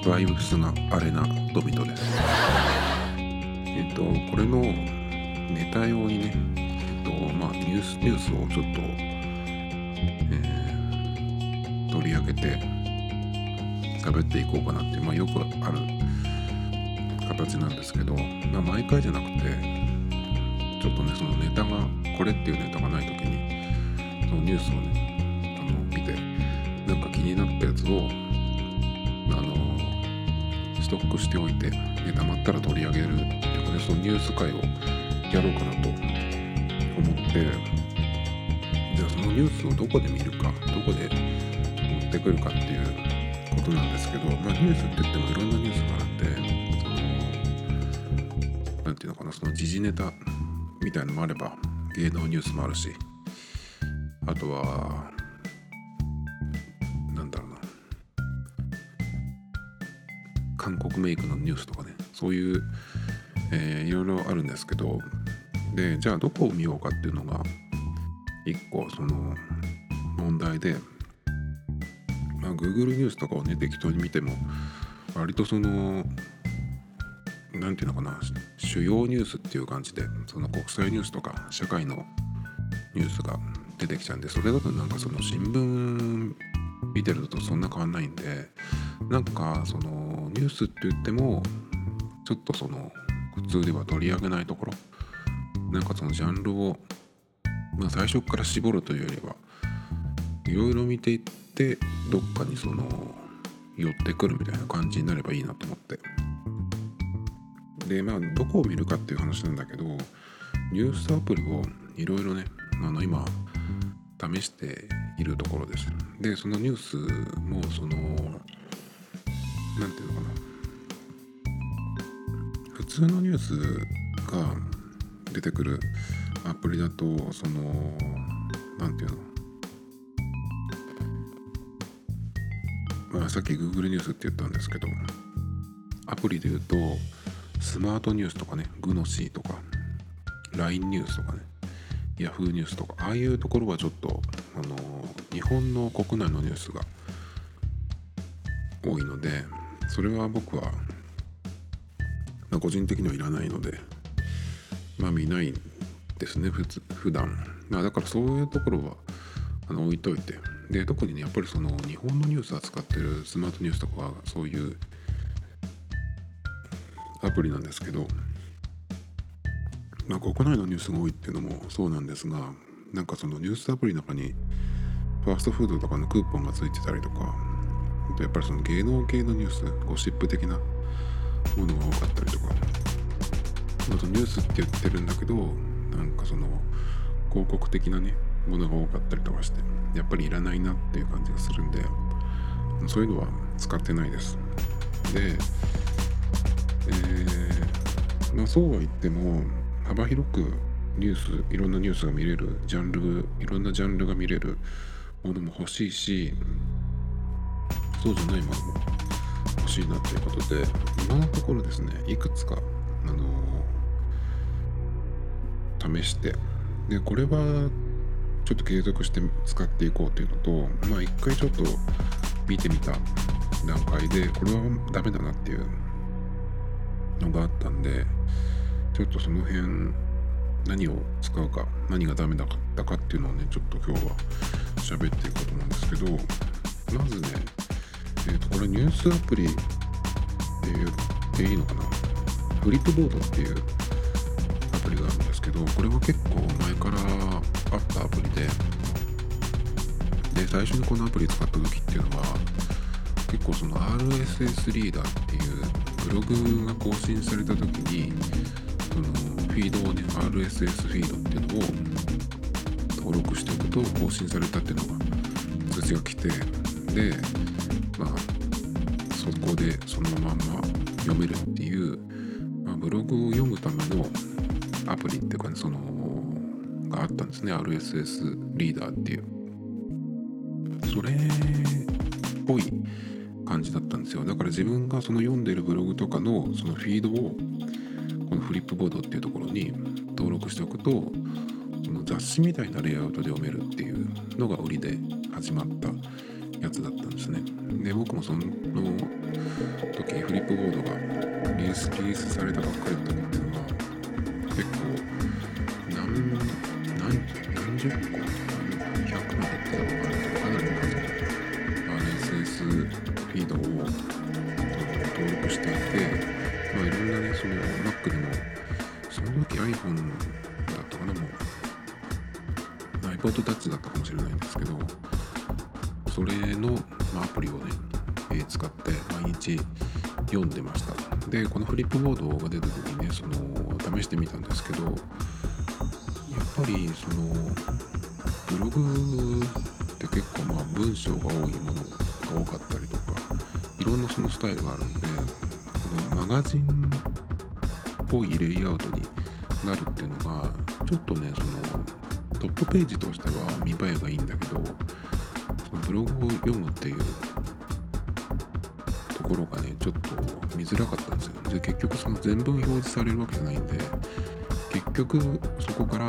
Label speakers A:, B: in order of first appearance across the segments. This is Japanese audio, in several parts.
A: バイブスがアレナドミトです。これのネタ用にね、ニュースをちょっと、取り上げて喋っていこうかなっていう、よくある形なんですけど、毎回じゃなくて、ちょっとね、そのネタが、これっていうネタがないときに、そのニュースをね、見て、なんか気になったやつを、ストックしておいて、たまったら取り上げるっていうかね、そのニュース会をやろうかなと思って、じゃあそのニュースをどこで見るか、どこで持ってくるかっていうことなんですけど、ニュースって言ってもいろんなニュースがあるんで、なんていうのかな、その時事ネタみたいのもあれば、芸能ニュースもあるし、あとは、韓国メイクのニュースとかね、そういう、いろいろあるんですけど、で、じゃあどこを見ようかっていうのが一個その問題で、Google ニュースとかをね適当に見ても割とそのなんていうのかな、主要ニュースっていう感じで、その国際ニュースとか社会のニュースが出てきちゃうんで、それだとなんかその新聞見てるのとそんな変わんないんで、なんかそのニュースって言ってもちょっとその普通では取り上げないところ、なんかそのジャンルを、最初から絞るというよりはいろいろ見ていって、どっかにその寄ってくるみたいな感じになればいいなと思って、でどこを見るかっていう話なんだけど、ニュースアプリをいろいろね今試しているところです。でそのニュースもそのなんていうのかな、普通のニュースが出てくるアプリだと、そのなんていうの、さっき Google ニュースって言ったんですけど、アプリで言うとスマートニュースとかね、グノシーとか LINE ニュースとかね、Yahoo ニュースとか、ああいうところはちょっと日本の国内のニュースが多いので、それは僕は、個人的にはいらないので見ないですね、普段。だからそういうところは置いといて、で特にねやっぱりその日本のニュース扱ってるスマートニュースとかはそういうアプリなんですけど、国内のニュースが多いっていうのもそうなんですが、なんかそのニュースアプリの中にファーストフードとかのクーポンがついてたりとか、あとやっぱりその芸能系のニュース、ゴシップ的なものが多かったりとか、あとニュースって言ってるんだけど、なんかその広告的なねものが多かったりとかして、やっぱりいらないなっていう感じがするんで、そういうのは使ってないです。で、そうは言っても幅広くニュース、いろんなニュースが見れるジャンル、いろんなジャンルが見れるものも欲しいし、そうじゃないものも欲しいなということで、今のところですね、いくつか試して、でこれはちょっと継続して使っていこうというのと、一回ちょっと見てみた段階でこれはダメだなっていうのがあったんで、ちょっとその辺何を使うか、何がダメだったかっていうのをね、ちょっと今日は喋っていこうと思うんですけど、まずね、これニュースアプリで言っていいのかな、フリップボードっていうアプリがあるんですけど、これは結構前からあったアプリで、最初にこのアプリ使った時っていうのは、結構その RSS リーダーっていうブログが更新された時に、そのフィードをね、RSS フィードっていうのを登録しておくと更新されたっていうのが通知が来て、でそこでそのまま読めるっていう、ブログを読むためのアプリっていうかね、そのがあったんですね、 RSS リーダーっていう、それっぽい感じだったんですよ。だから自分がその読んでるブログとかのそのフィードをこのフリップボードっていうところに登録しておくと、その雑誌みたいなレイアウトで読めるっていうのが売りで始まったやつだったんですね。で僕もその時フリップボードがリリースされたばっかりの時っていうのは結構何十個100までっていうのかな、かなりの数の RSS フィードを登録していて、いろんなねその Mac でもその時 iPhone だったかな、もう iPod Touch だったかもしれないんですけど、それの、アプリをね、使って毎日読んでました。でこのフリップボードが出た時にね試してみたんですけど、やっぱりそのブログって結構文章が多いものが多かったりとか、いろんなそのスタイルがあるんで、このマガジンっぽいレイアウトになるっていうのがちょっとねトップページとしては見栄えがいいんだけど、そのブログを読むっていうところがねちょっと見づらかったんですよ。で結局その全文表示されるわけじゃないんで、結局そこから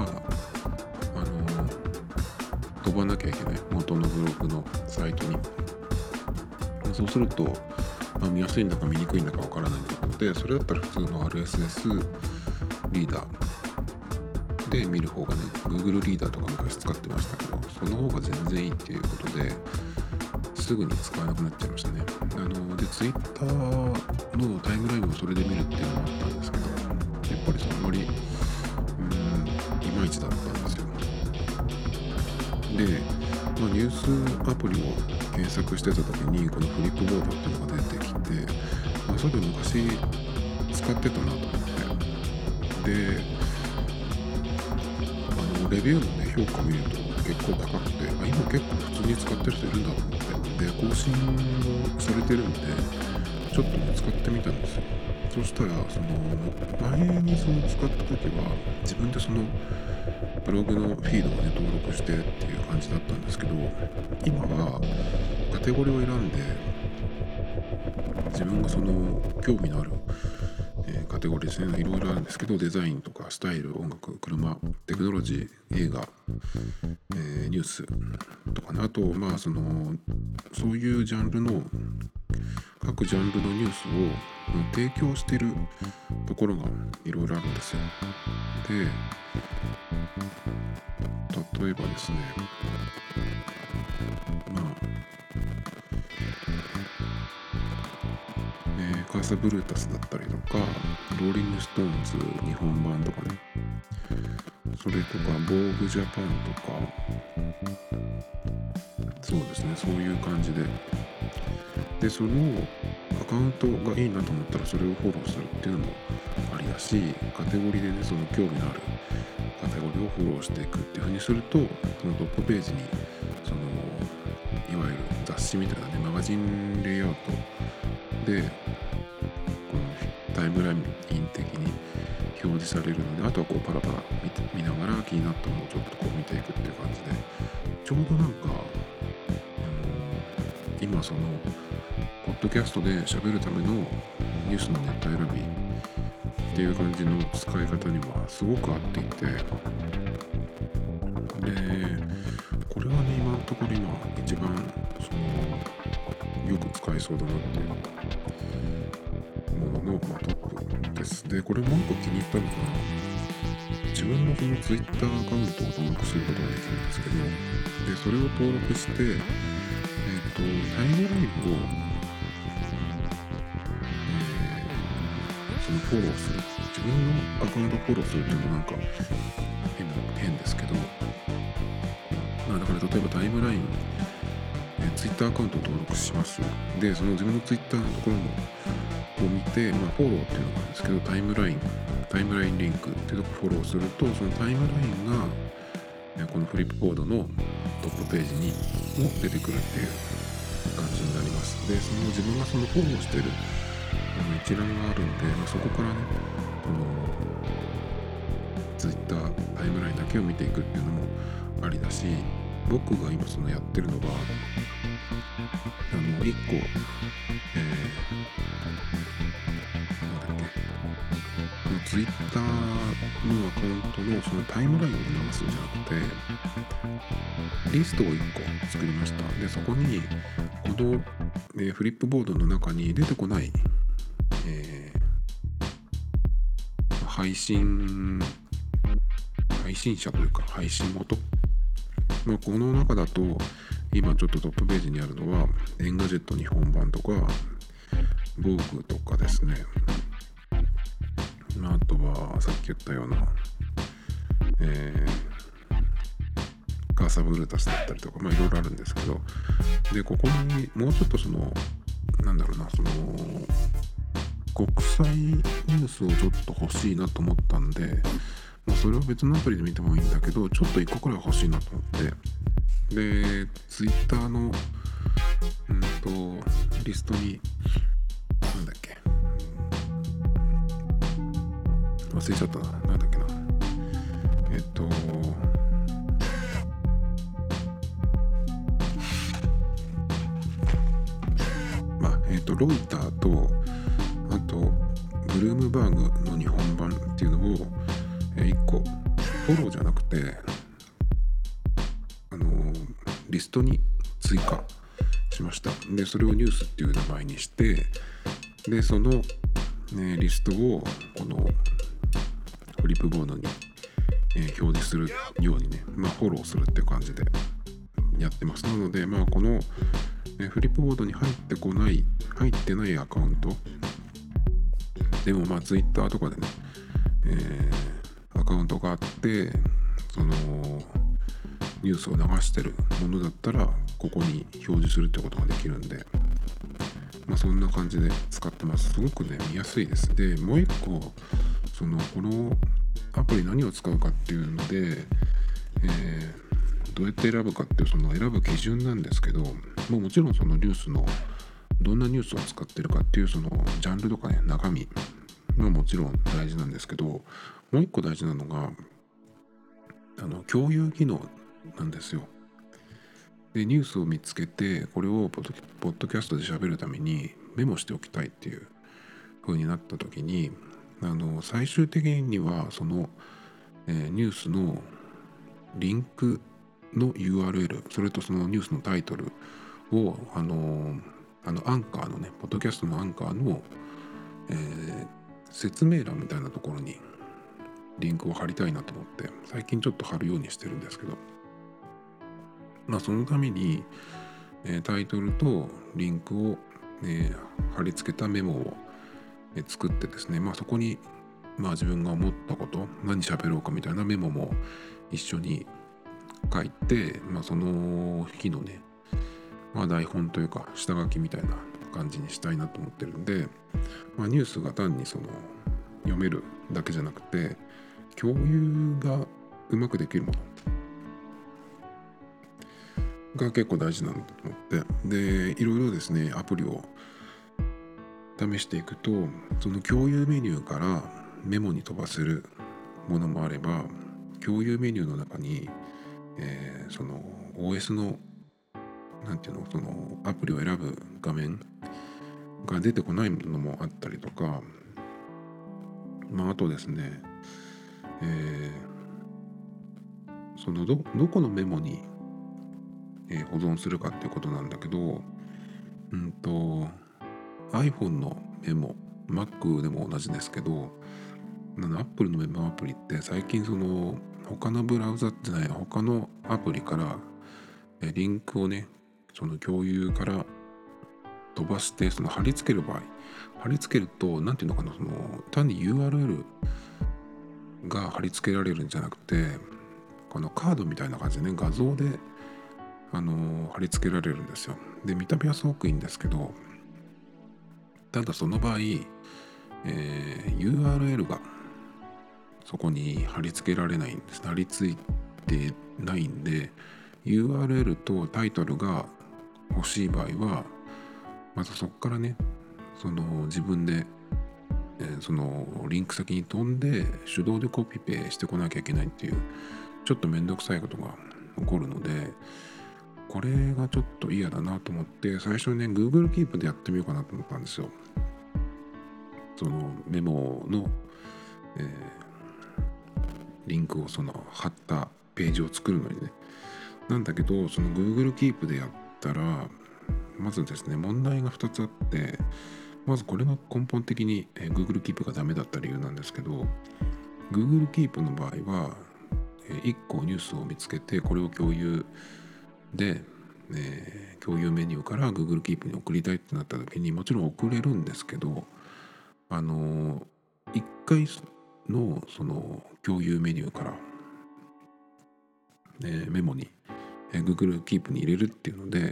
A: 飛ばなきゃいけない元のブログのサイトに。そうすると、見やすいんだか見にくいんだかわからないということで、それだったら普通の RSS リーダーで見る方がね、 Google リーダーとか昔使ってましたけど、その方が全然いいっていうことですぐに使わなくなっちゃいましたね。で Twitter のタイムラインをそれで見るっていうのもあったんですけど、やっぱりあんまりいまいちだったんですよ。で、ニュースアプリを検索してた時にこのフリップボードっていうのが出てきて、それ昔使ってたなと思って、でレビューのね評価を見ると結構高くて、今結構普通に使ってる人いるんだと思って、で更新もされてるんでちょっとね使ってみたんですよ。そしたら前に使った時は自分でブログのフィードをね登録してっていう感じだったんですけど、今はカテゴリーを選んで自分が興味のある、カテゴリーですね、いろいろあるんですけど、デザインとかスタイル、音楽、車、テクノロジー、映画、ニュースとかね、あとそういうジャンルの各ジャンルのニュースを提供しているところがいろいろあるんですよ。で例えばですね、カーサブルータスだったりとか、ローリングストーンズ日本版とかね、それとかボーグジャパンとか、そうですね、そういう感じでそのアカウントがいいなと思ったらそれをフォローするっていうのもありだし、カテゴリーでね興味のあるカテゴリーをフォローしていくっていう風にすると、そのトップページにいわゆる雑誌みたいなねマガジンレイアウトでこのタイムライン的に表示されるので、あとはパラパラ見ながら気になったものをちょっと見ていくっていう感じで、ちょうど今ポッドキャストで喋るためのニュースのネタ選びっていう感じの使い方にはすごく合っていて、でこれはね今のところ一番よく使えそうだなっていうものの、トップです。でこれもう一個気に入ったのが、自分のTwitter アカウントを登録することができるんですけど、でそれを登録してタイムラインを、フォローする、自分のアカウントをフォローするっていうのも変ですけど、だから例えばタイムライン、ツイッターアカウントを登録します。で自分のツイッターのところを見て、フォローっていうのがあるんですけど、タイムラインリンクっていうところをフォローすると、そのタイムラインがこのフリップボードのトップページにも出てくるっていう感じになります。で自分がフォローしてる一覧があるんで、そこからねツイッタータイムラインだけを見ていくっていうのもありだし、僕が今やってるのが1個なんだっけ、ツイッターのアカウントのそのタイムラインを流すんじゃなくて、リストを1個作りました。でそこにこの、フリップボードの中に出てこない、配信者というか配信元、この中だと今ちょっとトップページにあるのはエンガジェット日本版とか防具とかですね、あとはさっき言ったような、カーサブルータスだったりとか、いろいろあるんですけど、でここにもうちょっとその国際ニュースをちょっと欲しいなと思ったんで、それを別のアプリで見てもいいんだけど、ちょっと1個くらい欲しいなと思って、でツイッターのリストになんだっけ、忘れちゃったな、なんだっけな、ロイターとあとブルームバーグの日本版っていうのを1個フォローじゃなくてリストに追加しました。でそれをニュースっていう名前にして、でその、リストをこのフリップボードに、表示するようにね、フォローするっていう感じでやってます。なのでこの、フリップボードに入ってないアカウントでもツイッターとかでね、アカウントがあってそのニュースを流してるものだったらここに表示するってことができるんで、そんな感じで使ってます。すごくね見やすいです。でもう一個このアプリ何を使うかっていうので、どうやって選ぶかっていうその選ぶ基準なんですけど、もちろんそのニュースのどんなニュースを使ってるかっていうそのジャンルとかね、中身はもちろん大事なんですけど、もう一個大事なのが共有機能なんですよ。でニュースを見つけてこれをポッドキャストで喋るためにメモしておきたいっていう風になった時に、最終的にはその、ニュースのリンクの URL、 それとそのニュースのタイトルをアンカーのね、ポッドキャストのアンカーの、説明欄みたいなところにリンクを貼りたいなと思って最近ちょっと貼るようにしてるんですけど、そのために、タイトルとリンクを、貼り付けたメモを、作ってですね、そこに、自分が思ったこと、何喋ろうかみたいなメモも一緒に書いて、その日のね、台本というか下書きみたいな感じにしたいなと思ってるんで、ニュースが単にその読めるだけじゃなくて共有がうまくできるものが結構大事なんだと思って、でいろいろですねアプリを試していくと、その共有メニューからメモに飛ばせるものもあれば、共有メニューの中に、その OS のそのアプリを選ぶ画面が出てこないものもあったりとか、あとですね、そのどこのメモに、保存するかっていうことなんだけど、iPhone のメモ、Mac でも同じですけど、Apple のメモアプリって最近その他のブラウザじゃない他のアプリからリンクをね、その共有から飛ばしてその貼り付ける場合、貼り付けるとその単に URL が貼り付けられるんじゃなくて、このカードみたいな感じでね、画像で貼り付けられるんですよ。で見た目はすごくいいんですけど、ただその場合、URL がそこに貼り付けられないんです。貼り付いてないんで URL とタイトルが欲しい場合はまたそこからね、その自分で、そのリンク先に飛んで手動でコピペしてこなきゃいけないっていうちょっとめんどくさいことが起こるので、これがちょっと嫌だなと思って最初ね Google Keep でやってみようかなと思ったんですよ。そのメモの、 リンクをその貼ったページを作るのにね。なんだけどその Google Keep でやったらまずですね問題が2つあって、まずこれが根本的に Google Keep がダメだった理由なんですけど、 Google Keep の場合は1個ニュースを見つけてこれを共有で、共有メニューから Google Keep に送りたいってなった時にもちろん送れるんですけど、1回のその共有メニューから、メモに、Google Keep に入れるっていうので、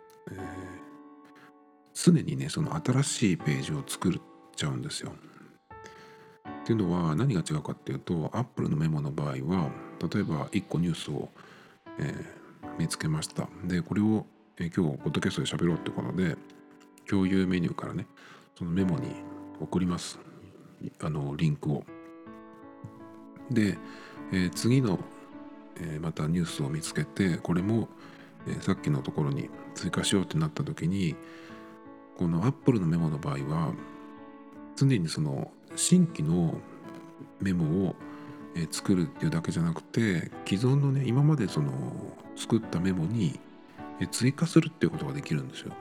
A: 常にねその新しいページを作っちゃうんですよ。っていうのは何が違うかっていうと、 Apple のメモの場合は例えば1個ニュースを、見つけました。でこれを、今日ポッドキャストで喋ろうってことで共有メニューからねそのメモに送ります、リンクを。で、次の、またニュースを見つけてこれも、さっきのところに追加しようってなった時に、この Apple のメモの場合は常にその新規のメモを作るっていうだけじゃなくて、既存のね今までその作ったメモに追加するっていうことができるんですよ。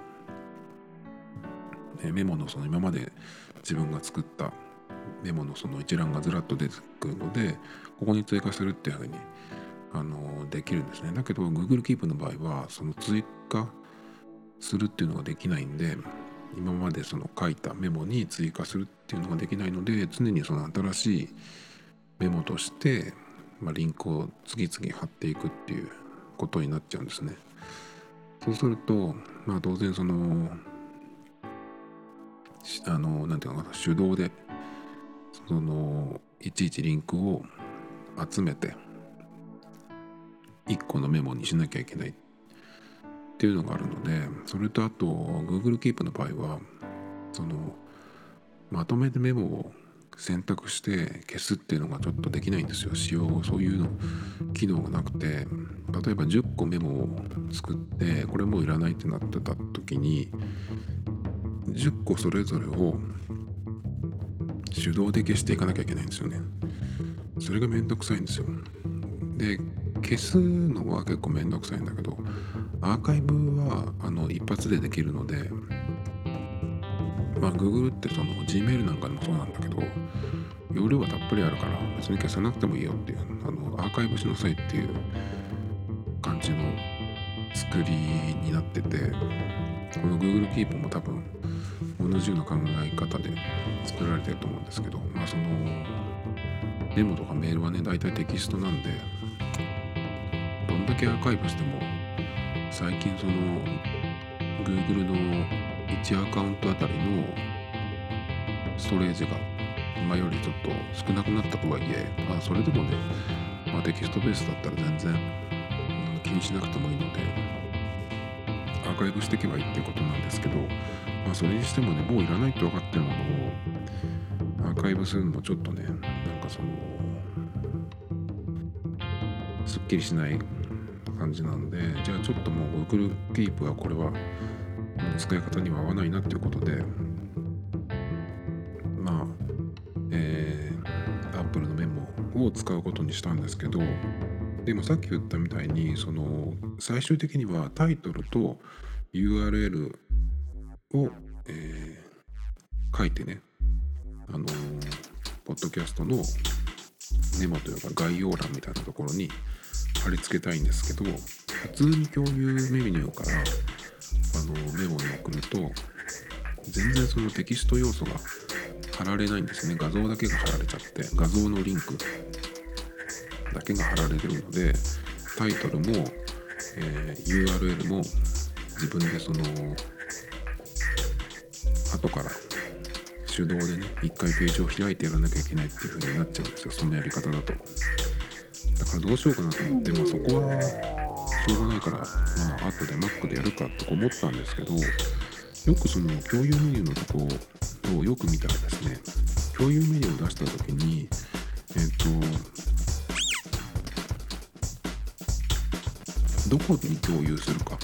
A: メモのその今まで自分が作ったメモのその一覧がずらっと出てくるので、ここに追加するっていうふうにできるんですね。だけど Google Keep の場合はその追加するっていうのができないんで、今までその書いたメモに追加するっていうのができないので、常にその新しいメモとして、リンクを次々貼っていくっていうことになっちゃうんですね。そうすると当然そのなんていうのかな、手動でそのいちいちリンクを集めて1個のメモにしなきゃいけないっていうのがあるので、それとあと Google Keep の場合はそのまとめてメモを選択して消すっていうのがちょっとできないんですよ。そういうの機能がなくて、例えば10個メモを作ってこれもういらないってなってた時に10個それぞれを手動で消していかなきゃいけないんですよね。それがめんどくさいんですよ。で消すのは結構めんどくさいんだけど、アーカイブは一発でできるので、Google ってその Gmail なんかでもそうなんだけど、容量がたっぷりあるから別に消さなくてもいいよっていう、アーカイブしなさいっていう感じの作りになってて、この Google Keep も多分同じような考え方で作られてると思うんですけど、そのメモとかメールはね大体テキストなんで、どんだけアーカイブしても最近その Google の1アカウントあたりのストレージが今よりちょっと少なくなったとはいえ、それでもね、テキストベースだったら全然、気にしなくてもいいのでアーカイブしていけばいいっていうことなんですけど、それにしてもねもういらないって分かってるものをアーカイブするのもちょっとねなんかそのすっきりしない感じなんで、じゃあちょっともう Google Keep はこれは使い方には合わないなっていうことで、Apple のメモを使うことにしたんですけど、でもさっき言ったみたいにその最終的にはタイトルと URL を、書いてね、ポッドキャストのメモというか概要欄みたいなところに貼り付けたいんですけど、普通に共有メニューからメモに送ると全然そのテキスト要素が貼られないんですね。画像だけが貼られちゃって、画像のリンクだけが貼られるので、タイトルも、URL も自分でその後から手動でね一回ページを開いてやらなきゃいけないっていう風になっちゃうんですよ、そのやり方だと。だからどうしようかなと思って、そこはしょうがないから後で Mac でやるかと思ったんですけど、よくその共有メニューのとこをよく見たらですね、共有メニューを出した時にどこに共有するか、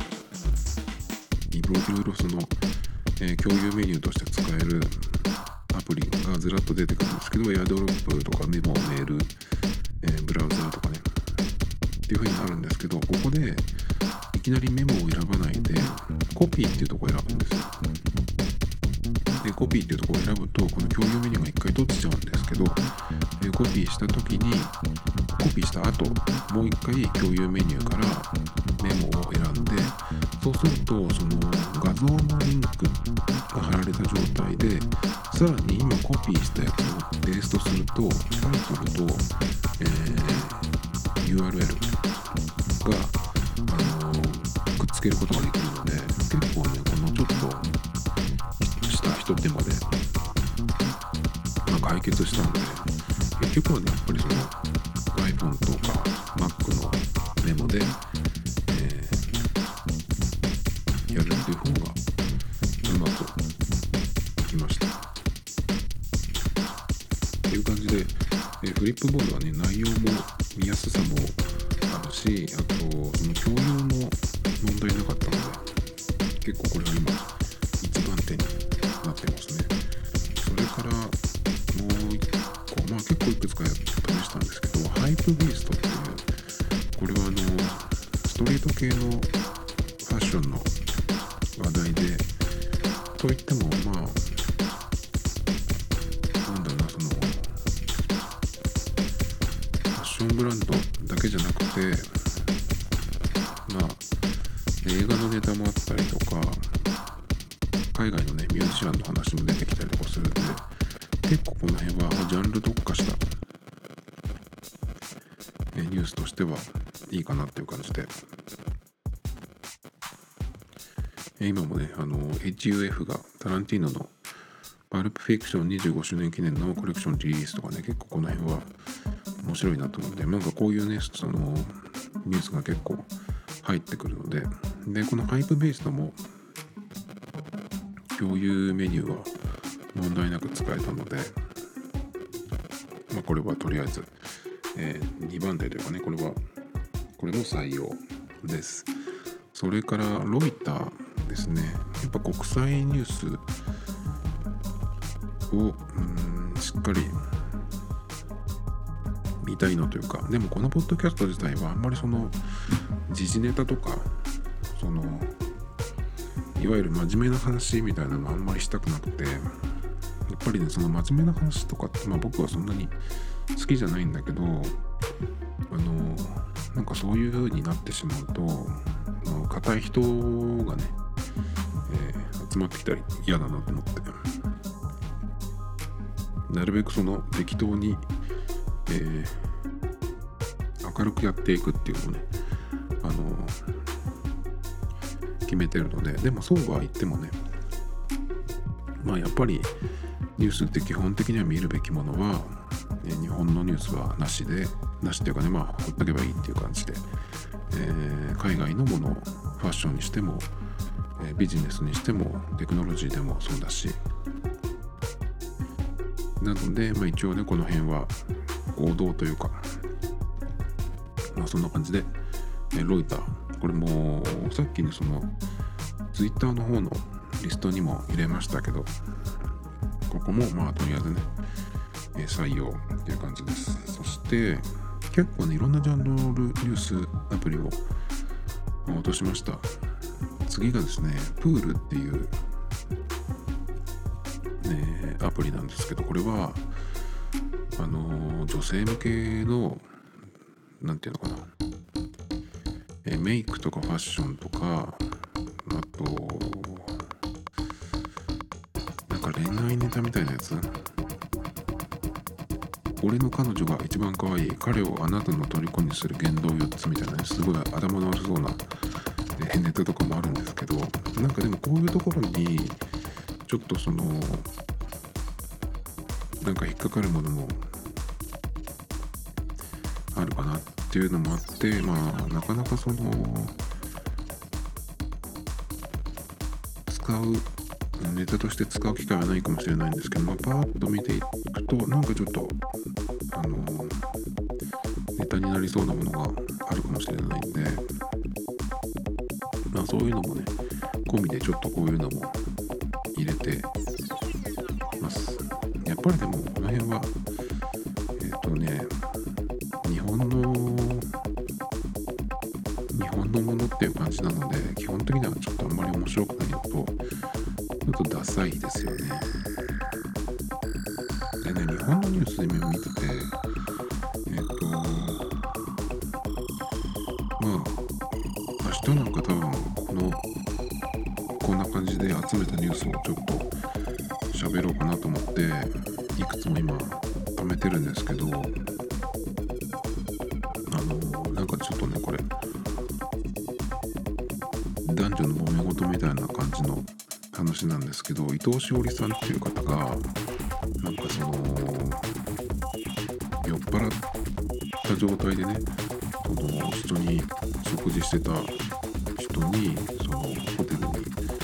A: いろいろその、共有メニューとして使えるアプリがずらっと出てくるんですけど、エアドロップとかメモ、メール、ブラウザーとかねっていう風になるんですけど、ここでいきなりメモを選ばないでコピーっていうところを選ぶんですよ。でコピーっていうところを選ぶと、この共有メニューが一回閉じちゃうんですけど、コピーした時にコピーした後もう一回共有メニューからメモを選んで、そうするとその画像のリンクが貼られた状態で、さらに今コピーしたやつをペーストするとタイトルと、URL が、くっつけることができるので、結構ねこのちょっとした一手間で、解決したんで、結局はねやっぱりその iPhone とか Mac のメモで、やるっていう方がうまくいきましたっていう感じで、フリップボードはね内容も見やすさもあるし、あとその共有も問題なかったので、結構これは今一番手になってますね。それからもう一個、結構いくつか試したんですけど、ハイプビーストっていう、これはストリート系のファッションの話題で、といってもなんだろうな、そのファッションブランドだけじゃなくて、映画のネタもあったりとか、海外のねミュージシャンの話も出てきたりとかするんで、結構この辺はジャンル特化したニュースとしてはいいかなっていう感じで、今もねHUF がタランティーノのパルプフィクション25周年記念のコレクションリリースとかね、結構この辺は面白いなと思うんで、なんかこういうねそのニュースが結構入ってくるので、このハイプベースとも共有メニューは問題なく使えたので、これはとりあえず、2番手というかね、これも採用です。それからロイターですね。やっぱ国際ニュースをしっかり見たいのというか、でもこのポッドキャスト自体はあんまりその時事ネタとか、そのいわゆる真面目な話みたいなのあんまりしたくなくて、やっぱりねその真面目な話とかって、僕はそんなに好きじゃないんだけど、なんかそういう風になってしまうと、固い人がね、集まってきたり嫌だなと思って、なるべくその適当に、明るくやっていくっていうのをね、決めてるので、でもそうは言ってもね、やっぱりニュースって基本的には見るべきものは、日本のニュースはなしっていうかね、ほっとけばいいっていう感じで、海外のもの、ファッションにしても、ビジネスにしてもテクノロジーでもそうだし、なので、一応ねこの辺は王道というか、そんな感じで、ロイター、これもさっきねそのツイッターの方のリストにも入れましたけど、ここもとりあえずね、採用っていう感じです。そして結構ねいろんなジャンルのニュースアプリを落としました。次がですねプールっていう、アプリなんですけど、これは女性向けのなんていうのかな、メイクとかファッションとか、あとなんか恋愛ネタみたいなやつ、俺の彼女が一番可愛い、彼をあなたの虜にする言動4つみたいな、すごい頭の悪そうなネタとかもあるんですけど、なんかでもこういうところにちょっとそのなんか引っかかるものもあるかなっていうのもあって、なかなかその使うネタとして使う機会はないかもしれないんですけど、パーッと見ていくとなんかちょっとネタになりそうなものがあるかもしれないんで、そういうのもね込みでちょっとこういうのも入れてます。 ぱりでもこの辺は日本のものっていう感じなので、基本的にはちょっとあんまり面白くないのと、ちょっとダサいですよね。でね、日本のニュースで見てて、明日なんか多分こんな感じで集めたニュースをちょっと喋ろうかなと思っていくつも今貯めてるんですけど、なんかちょっとねこれ男女の揉め事みたいな感じの話なんですけど、伊藤詩織さんっていう方がなんか酔っ払った状態でね、一緒に食事してた人にそのホテルに、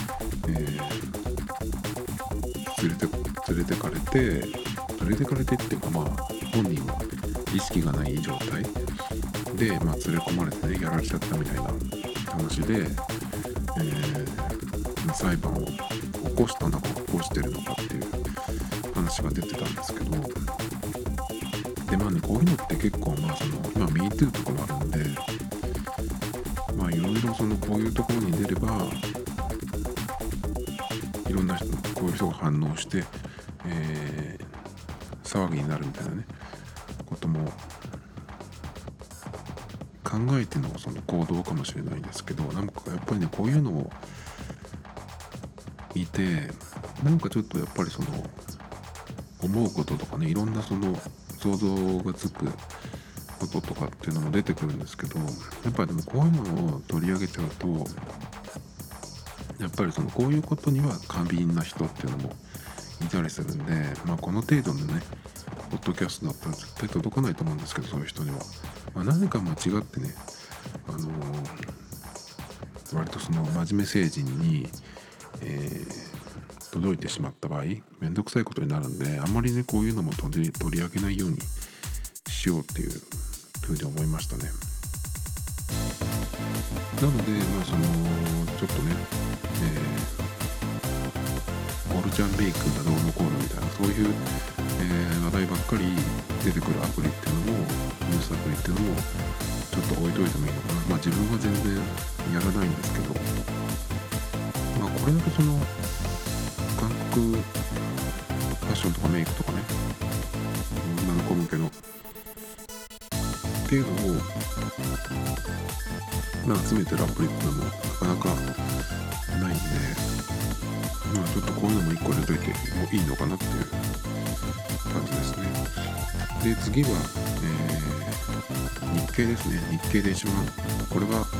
A: 連れてかれてっていうか、本人は意識がない状態で、連れ込まれてねやられちゃったみたいな話で、裁判を起こしたのか起こしてるのかっていう話が出てたんですけど、でこういうのって結構今 MeToo とかもあるんで、いろいろこういうところに出ればいろんな人こういう人が反応して、騒ぎになるみたいなねことも考えてのその行動かもしれないんですけど、なんかやっぱりねこういうのを見てなんかちょっとやっぱり思うこととかね、いろんな想像がつくこととかっていうのも出てくるんですけど、やっぱりでもこういうのを取り上げちゃうとやっぱりこういうことには過敏な人っていうのもいたりするんで、この程度のねポッドキャストだったら絶対届かないと思うんですけど、そういう人には、何か間違ってね割と真面目成人に、届いてしまった場合めんどくさいことになるんで、あんまりねこういうのも取り上げないようにしようっていうふうに思いましたね。なのでちょっとね、オルちゃんメイクがどうのこうのみたいなそういう、話題ばっかり出てくるアプリっていうのもニュースアプリっていうのもちょっと置いといてもいいのかな。自分は全然やらないんですけど、これだと韓国ファッションとかメイクとかね、女の子向けのっていうのを集めてるアプリっていうのもなかなかないんで、ちょっとこういうのも1個入れといてもいいのかなっていう感じですね。で次は、日経ですね。日経で一番これは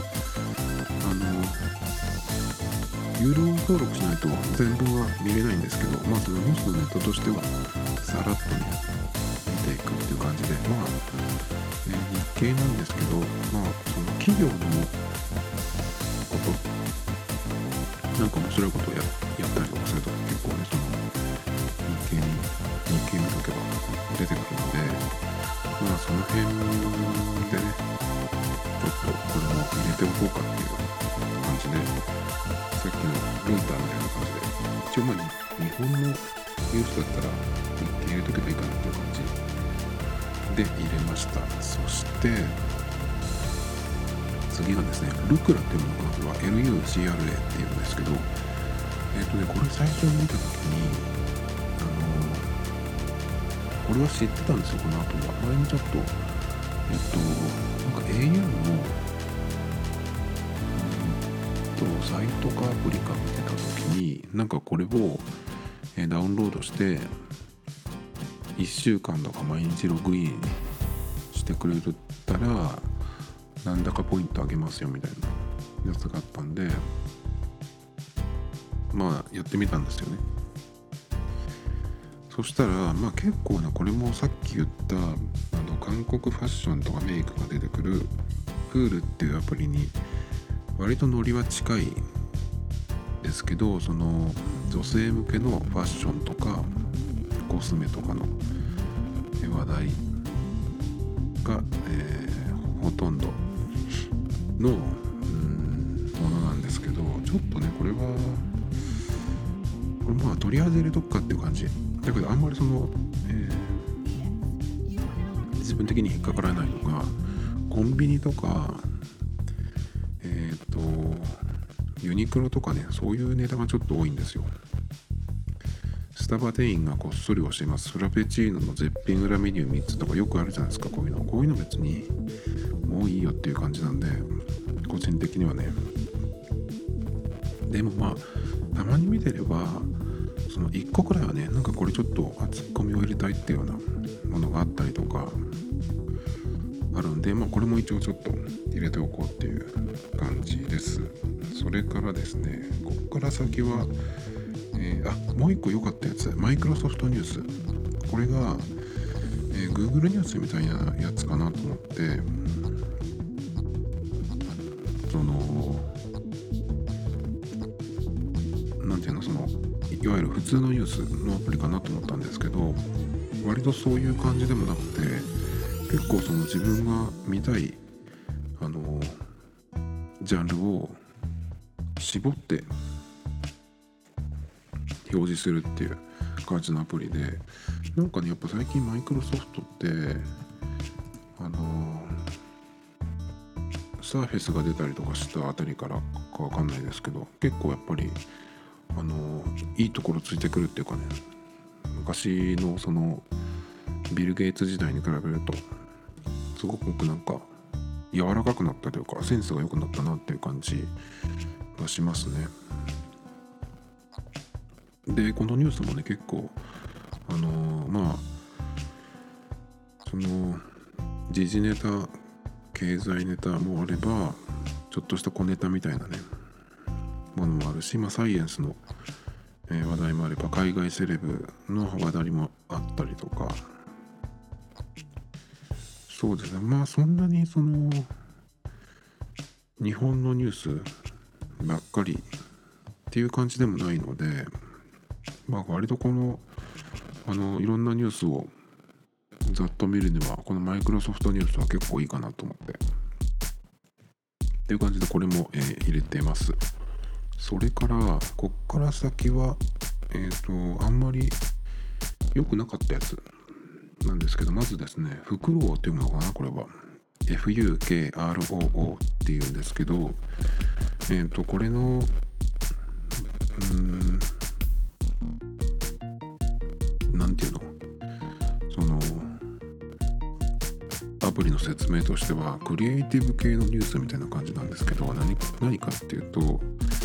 A: 有料登録しないと全文は見れないんですけど、ニュースのネタとしてはさらっとね見ていくっていう感じで、日経なんですけど、企業のことなんか面白いことをやったりとかすると結構ね日経見とけば出てくるので、その辺でねちょっとこれも入れておこうかっていう感じで、さっきのルンターみたいな感じで一応日本のニュースだったら入れとけばいいかなっていう感じで入れました。そして次がですね、ルクラっていうものは LUCRA っていうんですけど、これ最初に見た時にこれは知ってたんですよ。この後は前にちょっとなんか au のサイトかアプリか見てた時になんかこれをダウンロードして1週間とか毎日ログインしてくれたらなんだかポイントあげますよみたいなやつがあったんで、やってみたんですよね。そしたら結構な、これもさっき言った韓国ファッションとかメイクが出てくるクールっていうアプリに割とノリは近いですけど、女性向けのファッションとかコスメとかの話題が、ほとんどのものなんですけど、ちょっとねこれはとりあえず入れとくかっていう感じだけど、あんまり自分的に引っかからないのが、コンビニとかユニクロとかね、そういうネタがちょっと多いんですよ。スタバ店員がこっそり教えますフラペチーノの絶品裏メニュー3つとかよくあるじゃないですか。こういうの別にもういいよっていう感じなんで、個人的にはね。でもまあたまに見てればその1個くらいはね、なんかこれちょっとツッコミを入れたいっていうようなものがあったりとかあるんで、まあこれも一応ちょっと入れておこうっていう感じです。それからですね、ここから先はもう一個良かったやつ、マイクロソフトニュース。これが、Google ニュースみたいなやつかなと思って、なんていうの、いわゆる普通のニュースのアプリかなと思ったんですけど、割とそういう感じでもなくて、結構自分が見たいジャンルを絞って表示するっていう感じのアプリで、なんかね、やっぱ最近マイクロソフトってサーフェスが出たりとかしたあたりからかわかんないですけど、結構やっぱりいいところついてくるっていうかね、昔のビル・ゲイツ時代に比べるとすごくなんか柔らかくなったというか、センスが良くなったなっていう感じがしますね。でこのニュースもね、結構時事ネタ、経済ネタもあれば、ちょっとした小ネタみたいなねものもあるし、サイエンスの、話題もあれば、海外セレブの話題もあったりとか、そうですね、そんなに日本のニュースばっかりっていう感じでもないので、割といろんなニュースをざっと見るには、このマイクロソフトニュースは結構いいかなと思ってっていう感じで、これも、入れてます。それからこっから先はあんまり良くなかったやつなんですけど、まずですね、フクロウっていうのかな、これは FUKROO っていうんですけど、これのなんていうの、アプリの説明としてはクリエイティブ系のニュースみたいな感じなんですけど、何かっていうと、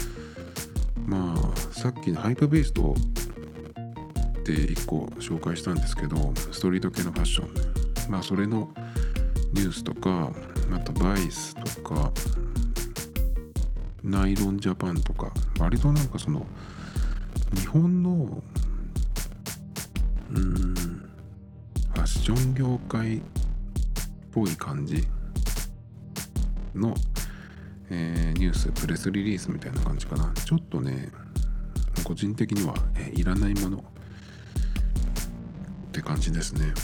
A: さっきのハイプベーストって1個紹介したんですけど、ストリート系のファッション、それのニュースとか、あとバイスとかナイロンジャパンとか、割となんか日本のファッション業界っぽい感じの、ニュース、プレスリリースみたいな感じかな。ちょっとね、個人的には、いらないものって感じですね。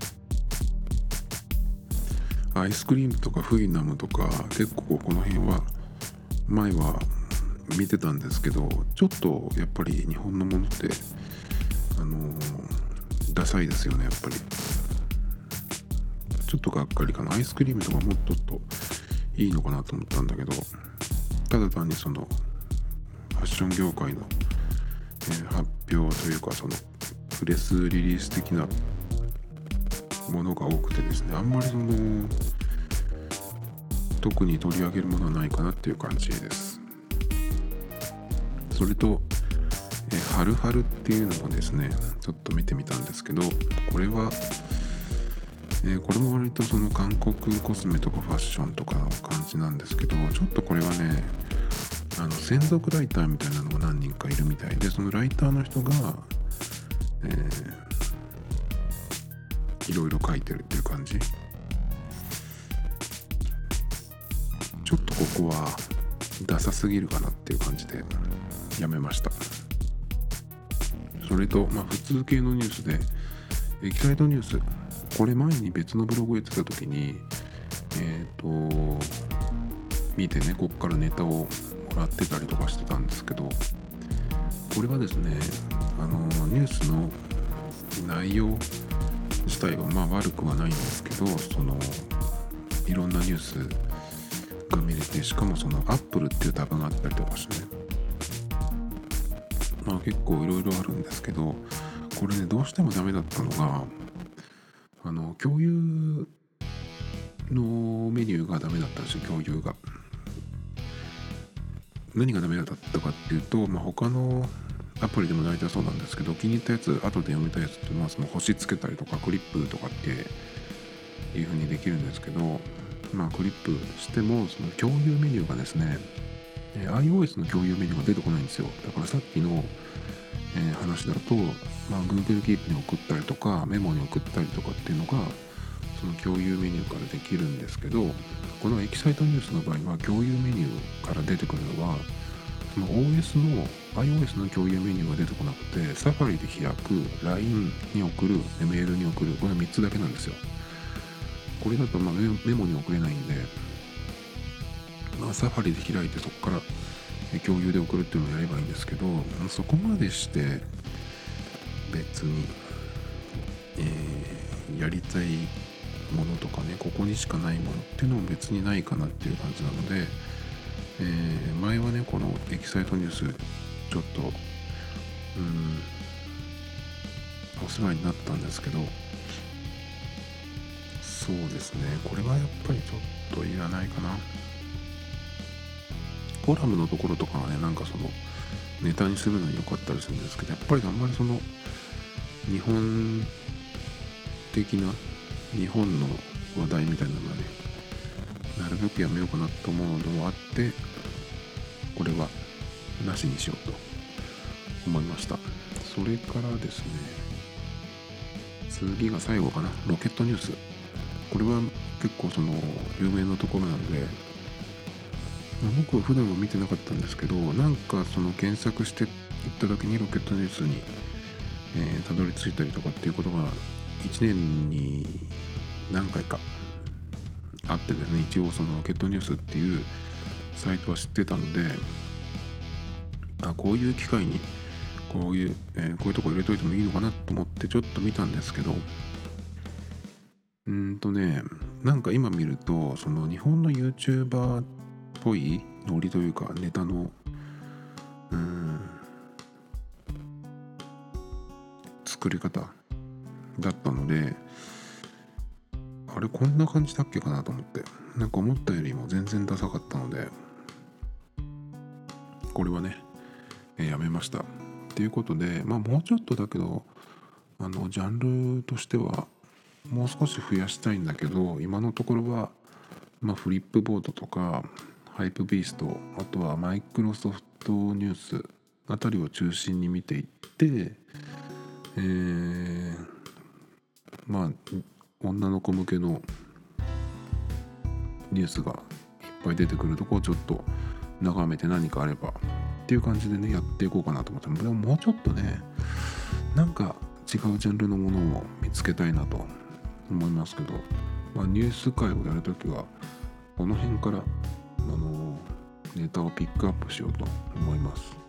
A: アイスクリームとかフイナムとか、結構この辺は前は見てたんですけど、ちょっとやっぱり日本のものってダサいですよね。やっぱりちょっとがっかりかな。アイスクリームとかもっといいのかなと思ったんだけど、ただ単にファッション業界の、発表というか、プレスリリース的なものが多くてですね、あんまり特に取り上げるものはないかなっていう感じです。それとハルハルっていうのもですね、ちょっと見てみたんですけど、これは、これも割と韓国コスメとかファッションとかの感じなんですけど、ちょっとこれはね、専属ライターみたいなのが何人かいるみたいで、そのライターの人が、いろいろ書いてるっていう感じ。ちょっとここはダサすぎるかなっていう感じでやめました。それと、普通系のニュースでエキサイトニュース、これ前に別のブログやってた時に見てね、こっからネタをもらってたりとかしてたんですけど、これはですね、 ニュースの内容自体はまあ悪くはないんですけど、いろんなニュースが見れて、しかもApple っていうタブがあったりとかしてね、まあ結構いろいろあるんですけど、これねどうしてもダメだったのが、共有のメニューがダメだったんですよ。共有が何がダメだったかっていうと、他のアプリでも大体そうなんですけど、気に入ったやつ後で読みたいやつって、星つけたりとかクリップとかっていう風にできるんですけど、クリップしてもその共有メニューがですね、iOS の共有メニューが出てこないんですよ。だからさっきの、話だと、Google Keep に送ったりとかメモに送ったりとかっていうのがその共有メニューからできるんですけど、このエキサイトニュースの場合は共有メニューから出てくるのはその iOS の共有メニューが出てこなくて、サファリで開く、LINE に送る、メールに送る、これ3つだけなんですよ。これだとメモに送れないんで、サファリで開いてそこから共有で送るっていうのをやればいいんですけど、そこまでして別に、やりたいものとかね、ここにしかないものっていうのも別にないかなっていう感じなので、前はねこのエキサイトニュースちょっとお世話になったんですけど、そうですね、これはやっぱりちょっといらないかな。コラムのところとかはね、ネタにするのに良かったりするんですけど、やっぱりあんまり日本的な日本の話題みたいなのはね、なるべくやめようかなと思うのもあって、これはなしにしようと思いました。それからですね、次が最後かな、ロケットニュース。これは結構有名なところなんで、僕は普段は見てなかったんですけど、検索していった時にロケットニュースに、たどり着いたりとかっていうことが1年に何回かあってですね、一応ロケットニュースっていうサイトは知ってたので、こういう機会にこういう、こういうとこ入れといてもいいのかなと思ってちょっと見たんですけど、今見ると日本の YouTuber っぽいノリというかネタの作り方だったので、あれこんな感じだっけかなと思って、思ったよりも全然ダサかったので、これはね、やめました。ということで、もうちょっとだけどジャンルとしてはもう少し増やしたいんだけど、今のところは、フリップボードとかハイプビースト、あとはマイクロソフトニュースあたりを中心に見ていって、女の子向けのニュースがいっぱい出てくるとこをちょっと眺めて、何かあればっていう感じでねやっていこうかなと思って、でももうちょっとね違うジャンルのものを見つけたいなと思いますけど、ニュース会をやるときはこの辺からネタをピックアップしようと思います。